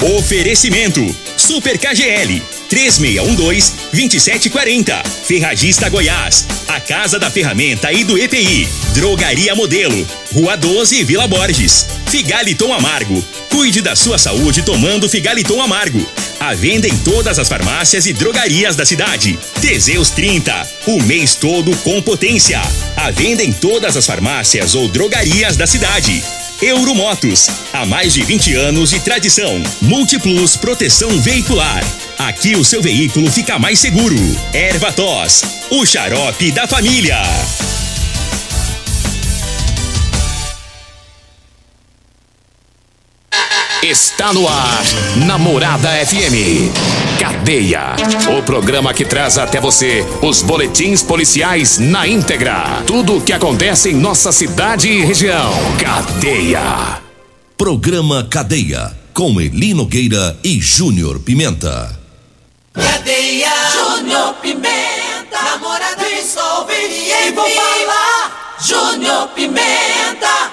Oferecimento Super KGL 3612-2740. Ferragista Goiás, a Casa da Ferramenta e do EPI. Drogaria Modelo, Rua 12, Vila Borges. Figaliton Amargo, cuide da sua saúde tomando Figaliton Amargo. À venda em todas as farmácias e drogarias da cidade. Teseus 30, o mês todo com potência. À venda em todas as farmácias ou drogarias da cidade. Euromotos, há mais de 20 anos de tradição. Multiplus Proteção Veicular. Aqui o seu veículo fica mais seguro. Ervatos, o xarope da família. Está no ar, Namorada FM. Cadeia, o programa que traz até você os boletins policiais na íntegra. Tudo o que acontece em nossa cidade e região. Cadeia. Programa Cadeia, com Eli Nogueira e Júnior Pimenta. Cadeia, Júnior Pimenta, Namorada resolve e vou falar, Júnior Pimenta.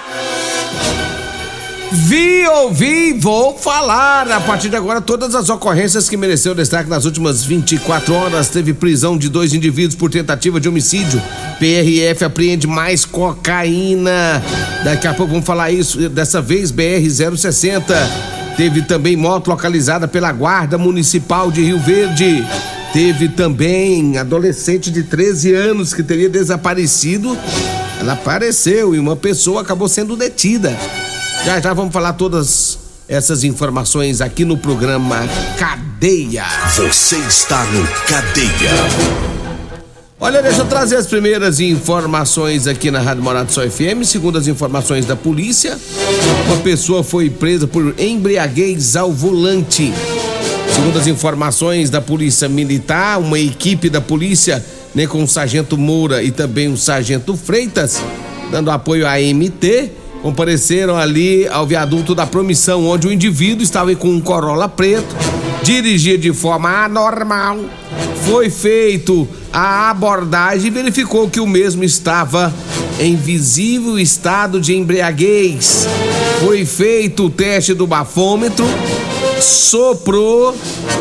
Ouvi, vou falar. A partir de agora, todas as ocorrências que mereceram destaque nas últimas 24 horas. Teve prisão de 2 indivíduos por tentativa de homicídio. PRF apreende mais cocaína. Daqui a pouco vamos falar isso. Dessa vez, BR-060. Teve também moto localizada pela Guarda Municipal de Rio Verde. Teve também adolescente de 13 anos que teria desaparecido. Ela apareceu e uma pessoa acabou sendo detida. Já vamos falar todas essas informações aqui no programa Cadeia. Você está no Cadeia. Olha, deixa eu trazer as primeiras informações aqui na Rádio Morada do Sol FM. Segundo as informações da polícia, uma pessoa foi presa por embriaguez ao volante. Segundo as informações da Polícia Militar, uma equipe da polícia, né, com o Sargento Moura e também o Sargento Freitas, dando apoio à MT, compareceram ali ao viaduto da Promissão, onde o indivíduo estava com um Corolla preto, dirigia de forma anormal. Foi feito a abordagem e verificou que o mesmo estava em visível estado de embriaguez. Foi feito o teste do bafômetro, soprou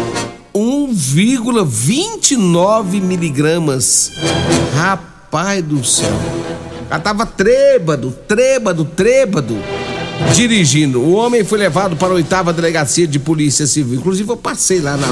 1,29 miligramas. Rapaz do céu. Ela tava trêbado, dirigindo. O homem foi levado para a 8ª Delegacia de Polícia Civil. Inclusive, eu passei lá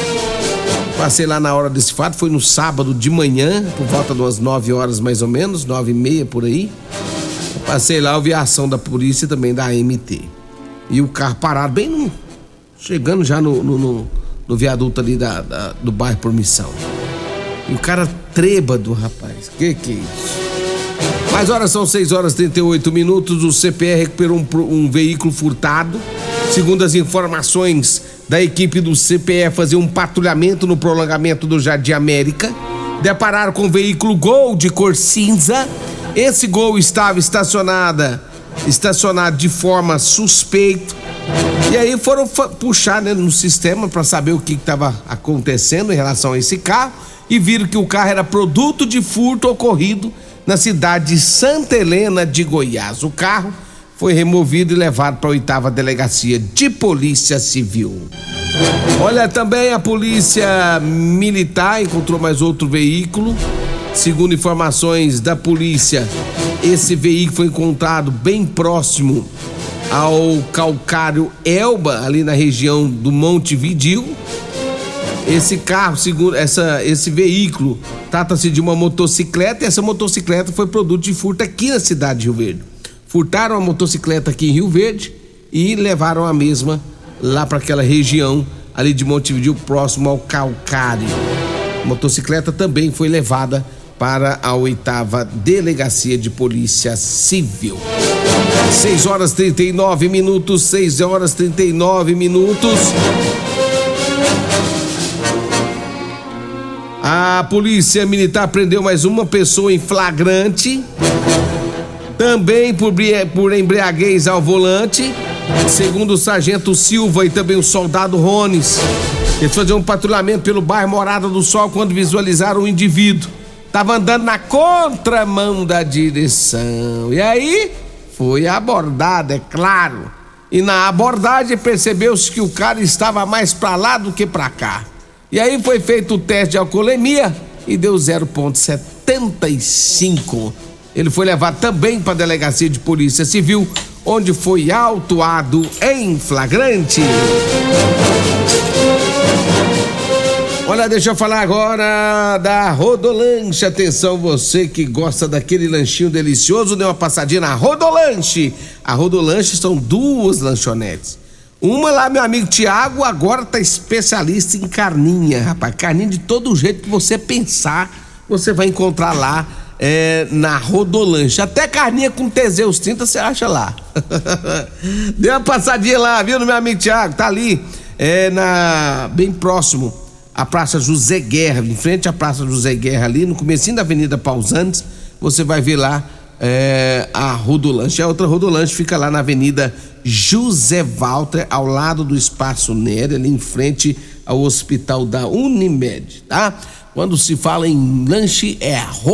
na hora desse fato. Foi no sábado de manhã, por volta de umas 9 horas mais ou menos, 9h30 por aí. Eu passei lá, eu vi a ação da polícia e também da AMT. E o carro parado bem chegando já no viaduto ali do bairro Promissão. E o cara trêbado, rapaz. Que é isso? Mas horas são 6h38. O CPR recuperou um veículo furtado. Segundo as informações da equipe do CPR, fazer um patrulhamento no prolongamento do Jardim América. Depararam com um veículo Gol de cor cinza. Esse Gol estava estacionado de forma suspeita. E aí foram puxar, né, no sistema para saber o que estava acontecendo em relação a esse carro. E viram que o carro era produto de furto ocorrido na cidade de Santa Helena de Goiás. O carro foi removido e levado para a 8ª Delegacia de Polícia Civil. Olha, também a Polícia Militar encontrou mais outro veículo. Segundo informações da polícia, esse veículo foi encontrado bem próximo ao Calcário Elba, ali na região do Montevidil. Esse carro, segundo esse veículo, trata-se de uma motocicleta, e essa motocicleta foi produto de furto aqui na cidade de Rio Verde. Furtaram a motocicleta aqui em Rio Verde e levaram a mesma lá para aquela região ali de Montevidil, próximo ao Calcário. A motocicleta também foi levada para a 8ª Delegacia de Polícia Civil. 6h39. 6h39. A Polícia Militar prendeu mais uma pessoa em flagrante, também por embriaguez ao volante. Segundo o Sargento Silva e também o Soldado Rones, eles faziam um patrulhamento pelo bairro Morada do Sol quando visualizaram o indivíduo. Estava andando na contramão da direção. E aí foi abordado, é claro. e na abordagem percebeu-se que o cara estava mais pra lá do que pra cá. E aí foi feito o teste de alcoolemia e deu 0,75. Ele foi levado também para a delegacia de polícia civil, onde foi autuado em flagrante. Olha, deixa eu falar agora da Rodolanche. Atenção, você que gosta daquele lanchinho delicioso, dê uma passadinha na Rodolanche. A Rodolanche são 2 lanchonetes. Uma lá, meu amigo Tiago, agora tá especialista em carninha, rapaz. Carninha de todo jeito que você pensar, você vai encontrar lá na Rodolanche. Até carninha com Teseus 30 você acha lá. Dê uma passadinha lá, viu, no meu amigo Tiago? Tá ali, bem próximo à Praça José Guerra, em frente à Praça José Guerra, ali no comecinho da Avenida Pausantes, você vai ver lá a Rodolanche. A outra Rodolanche fica lá na Avenida José Walter, ao lado do Espaço Nery, ali em frente ao Hospital da Unimed, tá? Quando se fala em lanche, é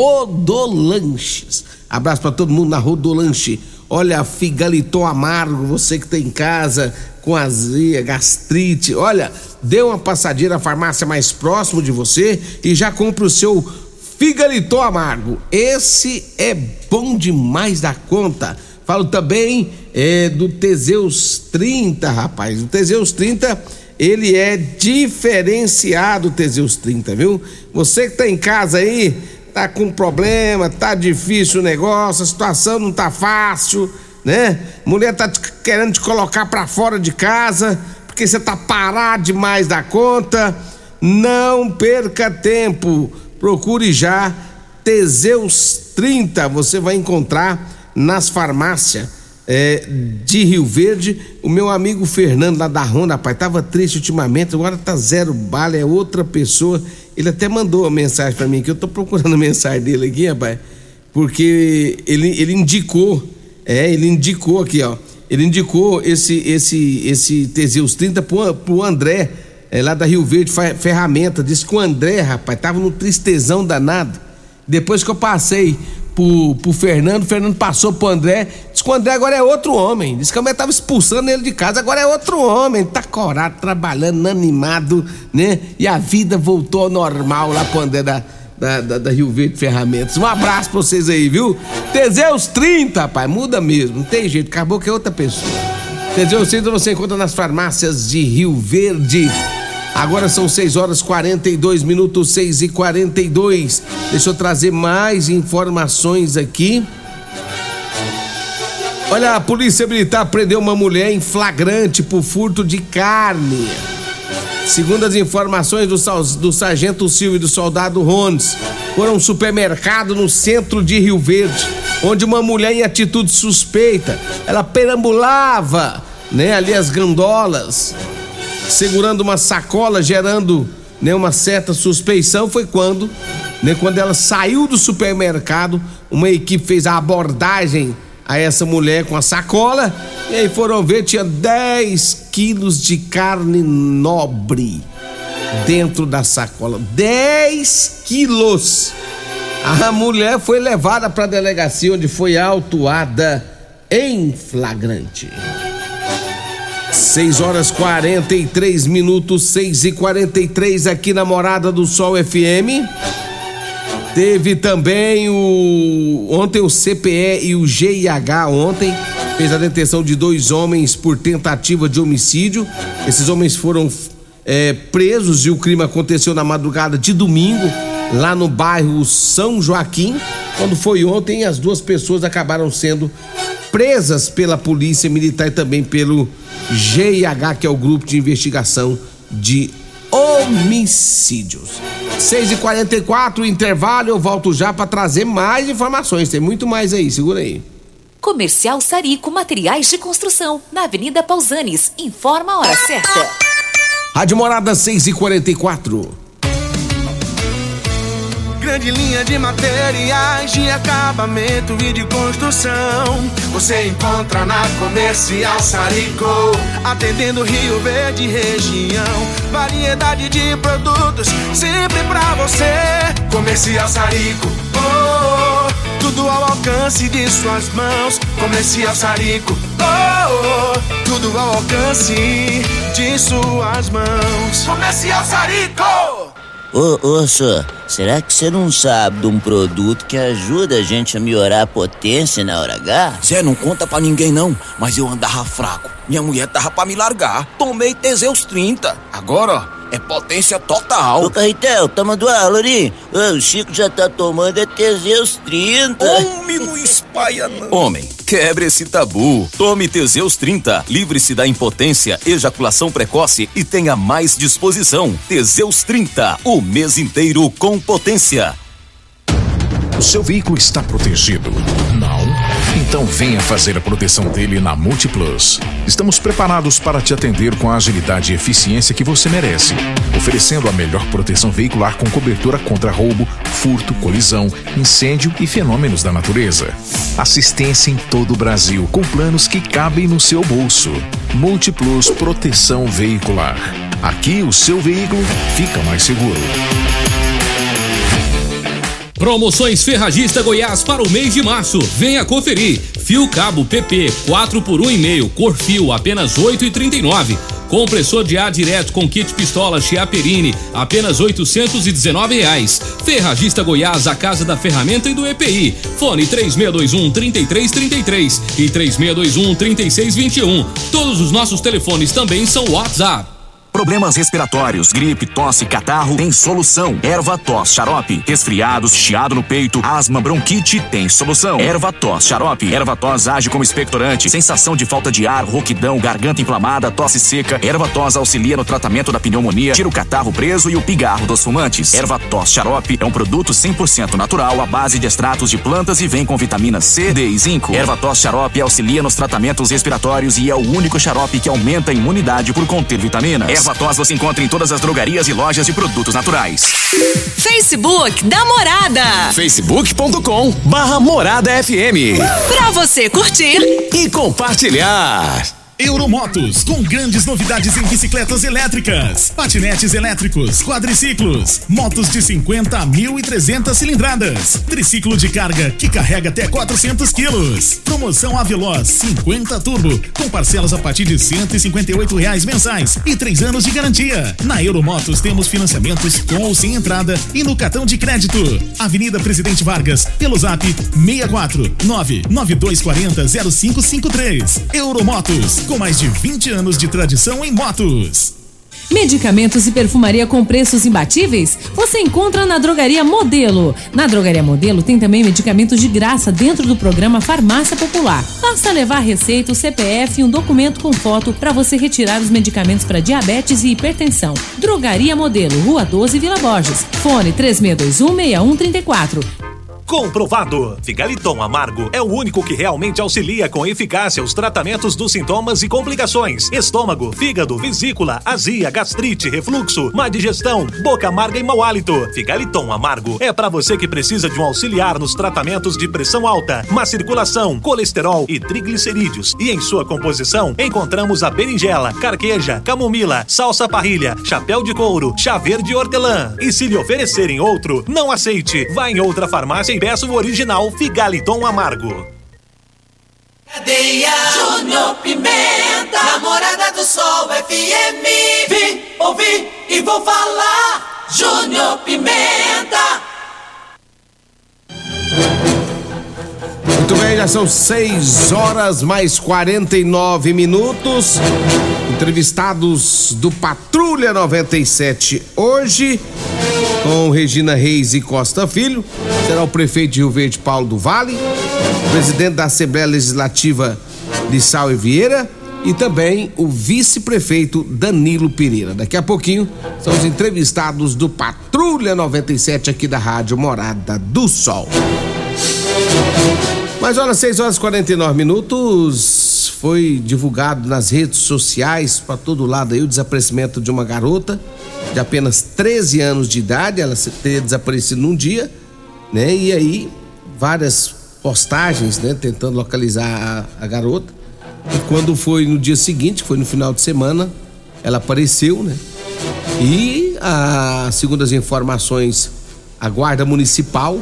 Rodolanches. Abraço pra todo mundo na Rodolanche. Olha, figaliton amargo, você que tá em casa com azia, gastrite, olha, dê uma passadinha na farmácia mais próximo de você e já compre o seu figaliton amargo. Esse é bom demais da conta. Falo também do Teseus 30, rapaz. O Teseus 30, ele é diferenciado, o Teseus 30, viu? Você que tá em casa aí, tá com problema, tá difícil o negócio, a situação não tá fácil, né? Mulher tá querendo te colocar pra fora de casa, porque você tá parado demais da conta. Não perca tempo, procure já Teseus 30, você vai encontrar nas farmácias de Rio Verde. O meu amigo Fernando lá da Honda, rapaz, tava triste ultimamente, agora tá zero bala, é outra pessoa. Ele até mandou uma mensagem pra mim, que eu tô procurando a mensagem dele aqui, rapaz, porque ele indicou aqui, ó, ele indicou esse Teseus 30 pro André, lá da Rio Verde Ferramenta. Disse que o André, rapaz, tava num tristezão danado. Depois que eu passei pro Fernando, o Fernando passou pro André, disse que o André agora é outro homem, disse que a mulher tava expulsando ele de casa, agora é outro homem, tá corado, trabalhando, animado, né? E a vida voltou ao normal lá pro André da Rio Verde Ferramentas. Um abraço pra vocês aí, viu? Teseus 30, rapaz, muda mesmo, não tem jeito, acabou que é outra pessoa. Teseus 30 você encontra nas farmácias de Rio Verde. Agora são 6h42, 6h42. Deixa eu trazer mais informações aqui. Olha, a Polícia Militar prendeu uma mulher em flagrante por furto de carne. Segundo as informações do Sargento Silvio e do Soldado Rones, foram a um supermercado no centro de Rio Verde, onde uma mulher em atitude suspeita, ela perambulava, né, ali as gandolas, segurando uma sacola, gerando, né, uma certa suspeição. Foi quando ela saiu do supermercado, uma equipe fez a abordagem a essa mulher com a sacola, e aí foram ver, tinha 10 quilos de carne nobre dentro da sacola. 10 quilos! A mulher foi levada para a delegacia, onde foi autuada em flagrante. 6h43, 6h43 aqui na Morada do Sol FM. Teve também ontem o CPE e o GIH ontem fez a detenção de 2 homens por tentativa de homicídio. Esses homens foram presos e o crime aconteceu na madrugada de domingo, lá no bairro São Joaquim. Quando foi ontem, as 2 pessoas acabaram sendo presas pela Polícia Militar e também pelo GIH, que é o Grupo de Investigação de Homicídios. 6h44, intervalo, eu volto já para trazer mais informações, tem muito mais aí, segura aí. Comercial Sarico Materiais de Construção, na Avenida Pausanes, informa a hora certa. Rádio Morada, 6h44. Grande linha de materiais de acabamento e de construção. Você encontra na Comercial Sarico, atendendo Rio Verde e região. Variedade de produtos, sempre pra você. Comercial Sarico, oh, oh, tudo ao alcance de suas mãos. Comercial Sarico, oh, oh, tudo tudo ao alcance de suas mãos. Comercial Sarico! Ô, senhor, será que você não sabe de um produto que ajuda a gente a melhorar a potência na hora H? Zé, não conta pra ninguém não, mas eu andava fraco. Minha mulher tava pra me largar. Tomei Teseus 30. Agora, é potência total. Ô, Carretel, tá mandando aula ali? O Chico já tá tomando Teseus 30. Homem, não espalha não. Homem, quebre esse tabu. Tome Teseus 30. Livre-se da impotência, ejaculação precoce e tenha mais disposição. Teseus 30. O mês inteiro com potência. O seu veículo está protegido? Não? Então venha fazer a proteção dele na Multiplus. Estamos preparados para te atender com a agilidade e eficiência que você merece, oferecendo a melhor proteção veicular com cobertura contra roubo, furto, colisão, incêndio e fenômenos da natureza. Assistência em todo o Brasil, com planos que cabem no seu bolso. Multiplus Proteção Veicular. Aqui o seu veículo fica mais seguro. Promoções Ferragista Goiás para o mês de março. Venha conferir. Fio cabo PP 4 por 1,5, cor fio, apenas R$ 8,39. Compressor de ar direto com kit pistola Chiaperini, apenas R$ 819. Ferragista Goiás, a casa da ferramenta e do EPI. Fone 3621-3333 e 3621-3621. Todos os nossos telefones também são WhatsApp. Problemas respiratórios, gripe, tosse, catarro, tem solução. Erva-tos Xarope. Resfriados, chiado no peito, asma, bronquite, tem solução. Erva-tos Xarope. Erva-tos age como expectorante. Sensação de falta de ar, rouquidão, garganta inflamada, tosse seca. Erva-tos auxilia no tratamento da pneumonia, tira o catarro preso e o pigarro dos fumantes. Erva-tos Xarope é um produto 100% natural à base de extratos de plantas e vem com vitamina C, D e zinco. Erva-tos Xarope auxilia nos tratamentos respiratórios e é o único xarope que aumenta a imunidade por conter vitaminas. Erva-tos você encontra em todas as drogarias e lojas de produtos naturais. Facebook da Morada. Facebook.com/Morada FM. Pra você curtir e compartilhar. Euromotos, com grandes novidades em bicicletas elétricas, patinetes elétricos, quadriciclos, motos de 50 a 1.300 cilindradas, triciclo de carga que carrega até 400 quilos. Promoção Aveloz 50 Turbo, com parcelas a partir de R$ 158 mensais e 3 anos de garantia. Na Euromotos temos financiamentos com ou sem entrada e no cartão de crédito. Avenida Presidente Vargas, pelo zap 64992400553. Euromotos, com mais de 20 anos de tradição em motos. Medicamentos e perfumaria com preços imbatíveis? Você encontra na Drogaria Modelo. Na Drogaria Modelo tem também medicamentos de graça dentro do programa Farmácia Popular. Basta levar receita, o CPF e um documento com foto para você retirar os medicamentos para diabetes e hipertensão. Drogaria Modelo, Rua 12, Vila Borges. Fone 3621-6134. Comprovado. Figaliton Amargo é o único que realmente auxilia com eficácia os tratamentos dos sintomas e complicações: estômago, fígado, vesícula, azia, gastrite, refluxo, má digestão, boca amarga e mau hálito. Figaliton Amargo é para você que precisa de um auxiliar nos tratamentos de pressão alta, má circulação, colesterol e triglicerídeos. E em sua composição encontramos a berinjela, carqueja, camomila, salsa parrilha, chapéu de couro, chá verde e hortelã. E se lhe oferecerem outro, não aceite. Vá em outra farmácia e peça o original Figaliton Amargo. Cadeia Júnior Pimenta, Namorada do Sol FM. Vim, ouvi e vou falar. Júnior Pimenta. Muito bem, já são 6 horas mais 49 minutos. Entrevistados do Patrulha 97 hoje, com Regina Reis e Costa Filho, será o prefeito de Rio Verde, Paulo do Vale, presidente da Assembleia Legislativa, Lissau e Vieira, e também o vice-prefeito Danilo Pereira. Daqui a pouquinho são os entrevistados do Patrulha 97 aqui da Rádio Morada do Sol. Mas olha, 6 horas e 49 minutos, foi divulgado nas redes sociais para todo lado aí o desaparecimento de uma garota de apenas 13 anos de idade. Ela teria desaparecido num dia, né? E aí várias postagens, né, tentando localizar a garota. E quando foi no dia seguinte, foi no final de semana, ela apareceu, né? E segundo as informações, a Guarda Municipal,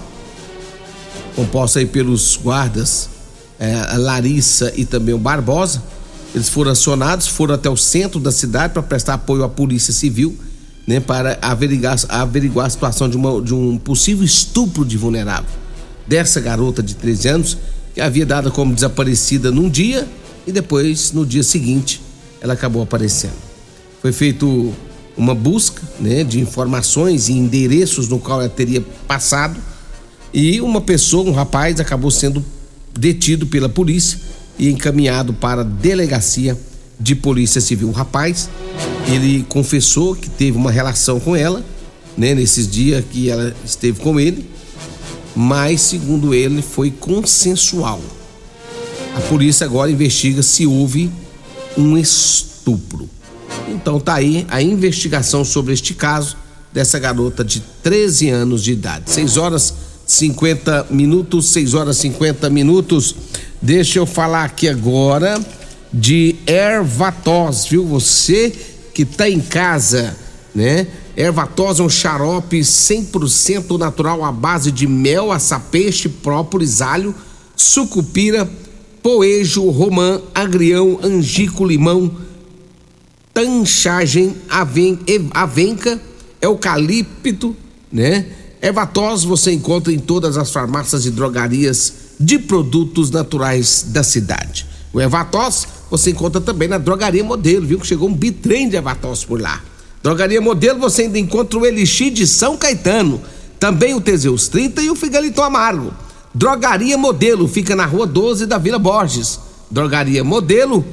composta aí pelos guardas a Larissa e também o Barbosa, eles foram acionados, foram até o centro da cidade para prestar apoio à Polícia Civil, né, para averiguar a situação de um possível estupro de vulnerável dessa garota de 13 anos, que havia dado como desaparecida num dia e depois, no dia seguinte, ela acabou aparecendo. Foi feito uma busca, né, de informações e endereços no qual ela teria passado, e uma pessoa, um rapaz, acabou sendo detido pela polícia e encaminhado para a delegacia de Polícia Civil. O rapaz, ele confessou que teve uma relação com ela, né, nesses dias que ela esteve com ele, mas segundo ele foi consensual. A polícia agora investiga se houve um estupro. Então tá aí a investigação sobre este caso dessa garota de 13 anos de idade. 6 horas 50 minutos. Deixa eu falar aqui agora de Ervatos, viu? Você que tá em casa, né? Ervatos é um xarope 100% natural à base de mel, açapeixe, própolis, alho, sucupira, poejo, romã, agrião, angico, limão, tanchagem, avenca, eucalipto, né? Ervatos você encontra em todas as farmácias e drogarias de produtos naturais da cidade. O Ervatos você encontra também na Drogaria Modelo, viu? Que chegou um bitrem de Ervatos por lá. Drogaria Modelo você ainda encontra o Elixir de São Caetano, também o Teseus 30 e o Figaliton Amargo. Drogaria Modelo fica na Rua 12 da Vila Borges. Drogaria Modelo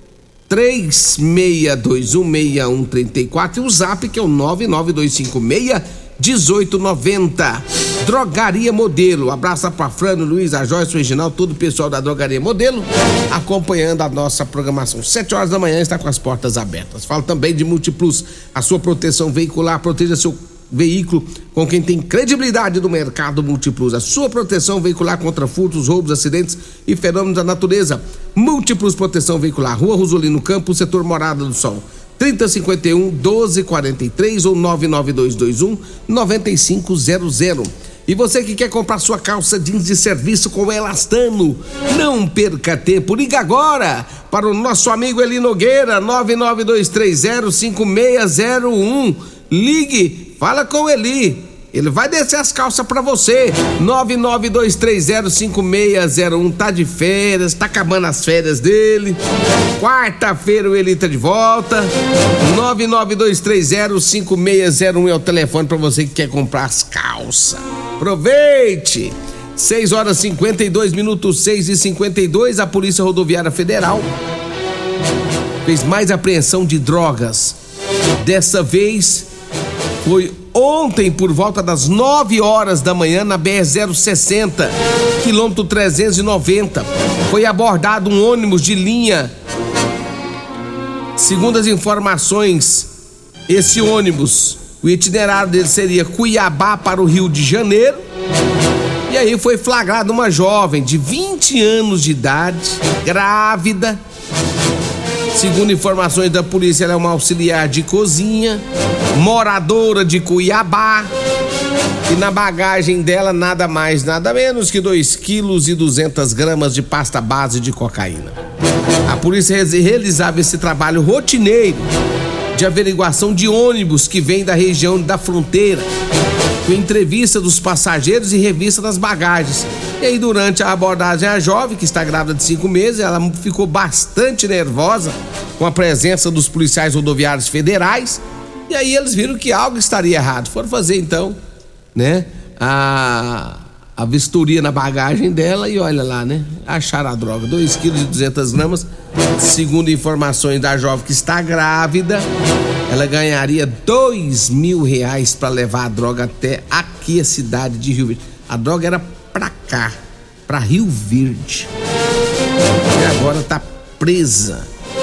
36216134 e o Zap que é o 992561890. Drogaria Modelo. Abraço pra Frano, Luiz, a Joyce, o Reginaldo, todo o pessoal da Drogaria Modelo acompanhando a nossa programação. 7 horas da manhã está com as portas abertas. Falo também de Multiplus, a sua proteção veicular. Proteja seu veículo com quem tem credibilidade do mercado. Multiplus, a sua proteção veicular contra furtos, roubos, acidentes e fenômenos da natureza. Múltiplos Proteção Veicular, Rua Rosolino Campos, setor Morada do Sol, 3051-1243 ou 99221-9500. E você que quer comprar sua calça jeans de serviço com elastano, não perca tempo, liga agora para o nosso amigo Eli Nogueira, 992305601. Ligue, fala com o Eli, ele vai descer as calças pra você. 992305601. Tá de férias, tá acabando as férias dele. Quarta-feira o Eli tá de volta. 992305601 é o telefone pra você que quer comprar as calças. Aproveite! 6 horas 52 minutos, 6h52. A Polícia Rodoviária Federal fez mais apreensão de drogas. Dessa vez foi ontem por volta das 9 horas da manhã na BR-060, quilômetro 390. Foi abordado um ônibus de linha. Segundo as informações, esse ônibus, o itinerário dele seria Cuiabá para o Rio de Janeiro. E aí foi flagrada uma jovem de 20 anos de idade, grávida. Segundo informações da polícia, ela é uma auxiliar de cozinha, moradora de Cuiabá. E na bagagem dela nada mais, nada menos que 2,2 kg de pasta base de cocaína. A polícia realizava esse trabalho rotineiro de averiguação de ônibus que vêm da região da fronteira, com entrevista dos passageiros e revista das bagagens. E aí, durante a abordagem, a jovem, que está grávida de 5 meses, ela ficou bastante nervosa com a presença dos policiais rodoviários federais. E aí eles viram que algo estaria errado. Foram fazer, então, né, a vistoria na bagagem dela e olha lá, né, acharam a droga, 2,2 kg. Segundo informações da jovem que está grávida, ela ganharia R$2.000 para levar a droga até aqui, a cidade de Rio Verde. A droga era pra cá, pra Rio Verde. E agora tá presa.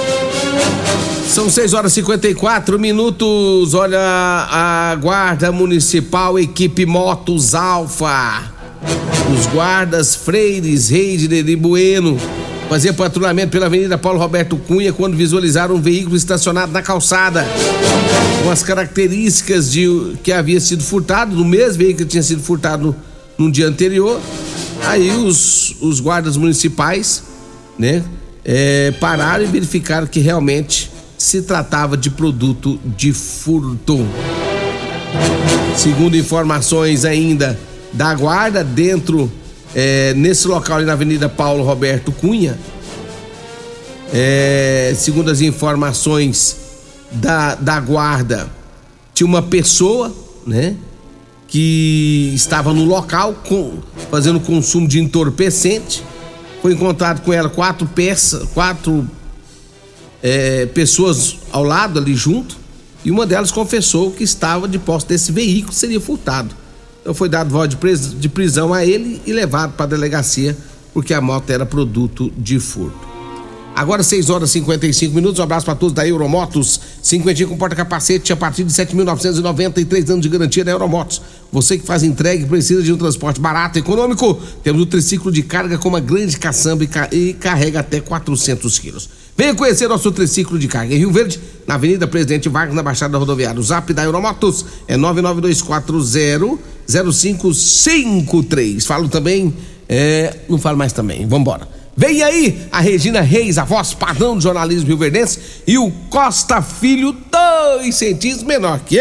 São 6 horas e 54 minutos. Olha, a Guarda Municipal, equipe Motos Alfa, os guardas Freires, Reidner e Bueno fazia patrulhamento pela Avenida Paulo Roberto Cunha quando visualizaram um veículo estacionado na calçada com as características de que havia sido furtado, do mesmo veículo que tinha sido furtado no dia anterior. Aí os guardas municipais, né, pararam e verificaram que realmente se tratava de produto de furto. Segundo informações ainda da guarda, nesse local ali na Avenida Paulo Roberto Cunha, segundo as informações da guarda, tinha uma pessoa, né, que estava no local fazendo consumo de entorpecente. Foi encontrado com ela quatro pessoas ao lado ali junto, e uma delas confessou que estava de posse desse veículo, seria furtado. Então foi dado voz de prisão a ele e levado para a delegacia, porque a moto era produto de furto. Agora 6h55, um abraço para todos da Euromotos, 50 com porta-capacete a partir de 7.993 anos de garantia da Euromotos. Você que faz entrega e precisa de um transporte barato e econômico, temos o triciclo de carga com uma grande caçamba e carrega até 400 quilos. Venha conhecer nosso triciclo de carga em Rio Verde, na Avenida Presidente Vargas, na Baixada Rodoviária. O zap da Euromotos é 992400553. Falo também, não falo mais também, vambora. Vem aí a Regina Reis, a voz padrão do jornalismo rioverdense, e o Costa Filho, 2 centímetros menor que